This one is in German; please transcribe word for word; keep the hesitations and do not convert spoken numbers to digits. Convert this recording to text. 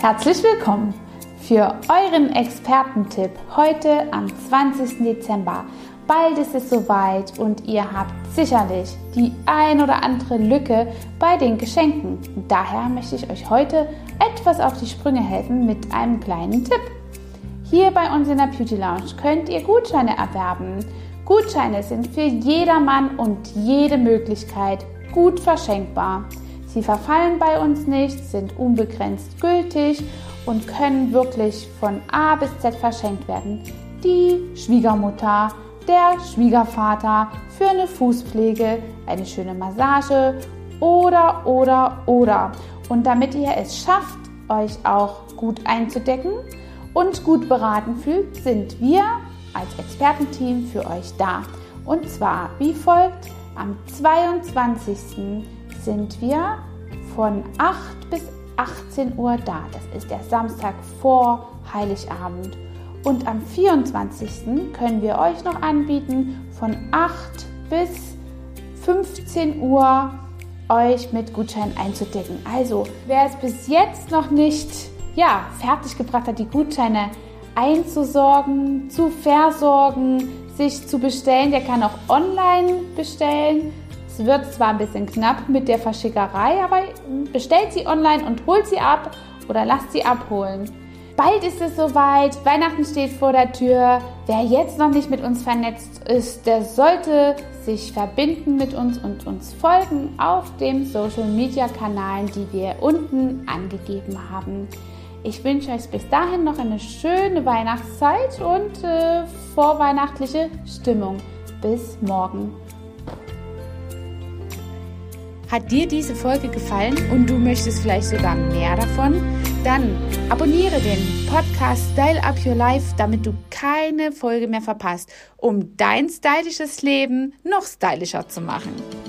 Herzlich willkommen für euren Expertentipp heute am zwanzigsten Dezember. Bald ist es soweit und ihr habt sicherlich die ein oder andere Lücke bei den Geschenken. Daher möchte ich euch heute etwas auf die Sprünge helfen mit einem kleinen Tipp. Hier bei uns in der Beauty Lounge könnt ihr Gutscheine erwerben. Gutscheine sind für jedermann und jede Möglichkeit gut verschenkbar. Sie verfallen bei uns nicht, sind unbegrenzt gültig und können wirklich von A bis Z verschenkt werden. Die Schwiegermutter, der Schwiegervater für eine Fußpflege, eine schöne Massage oder, oder, oder. Und damit ihr es schafft, euch auch gut einzudecken und gut beraten fühlt, sind wir als Expertenteam für euch da. Und zwar wie folgt: Am zweiundzwanzigsten sind wir von acht bis achtzehn Uhr da. Das ist der Samstag vor Heiligabend. Und am vierundzwanzigsten können wir euch noch anbieten, von acht bis fünfzehn Uhr euch mit Gutscheinen einzudecken. Also, wer es bis jetzt noch nicht ja, fertiggebracht hat, die Gutscheine einzusorgen, zu versorgen, sich zu bestellen, der kann auch online bestellen. Es wird zwar ein bisschen knapp mit der Verschickerei, aber bestellt sie online und holt sie ab oder lasst sie abholen. Bald ist es soweit, Weihnachten steht vor der Tür. Wer jetzt noch nicht mit uns vernetzt ist, der sollte sich verbinden mit uns und uns folgen auf dem Social Media Kanälen, die wir unten angegeben haben. Ich wünsche euch bis dahin noch eine schöne Weihnachtszeit und äh, vorweihnachtliche Stimmung. Bis morgen. Hat dir diese Folge gefallen und du möchtest vielleicht sogar mehr davon? Dann abonniere den Podcast Style Up Your Life, damit du keine Folge mehr verpasst, um dein stylisches Leben noch stylischer zu machen.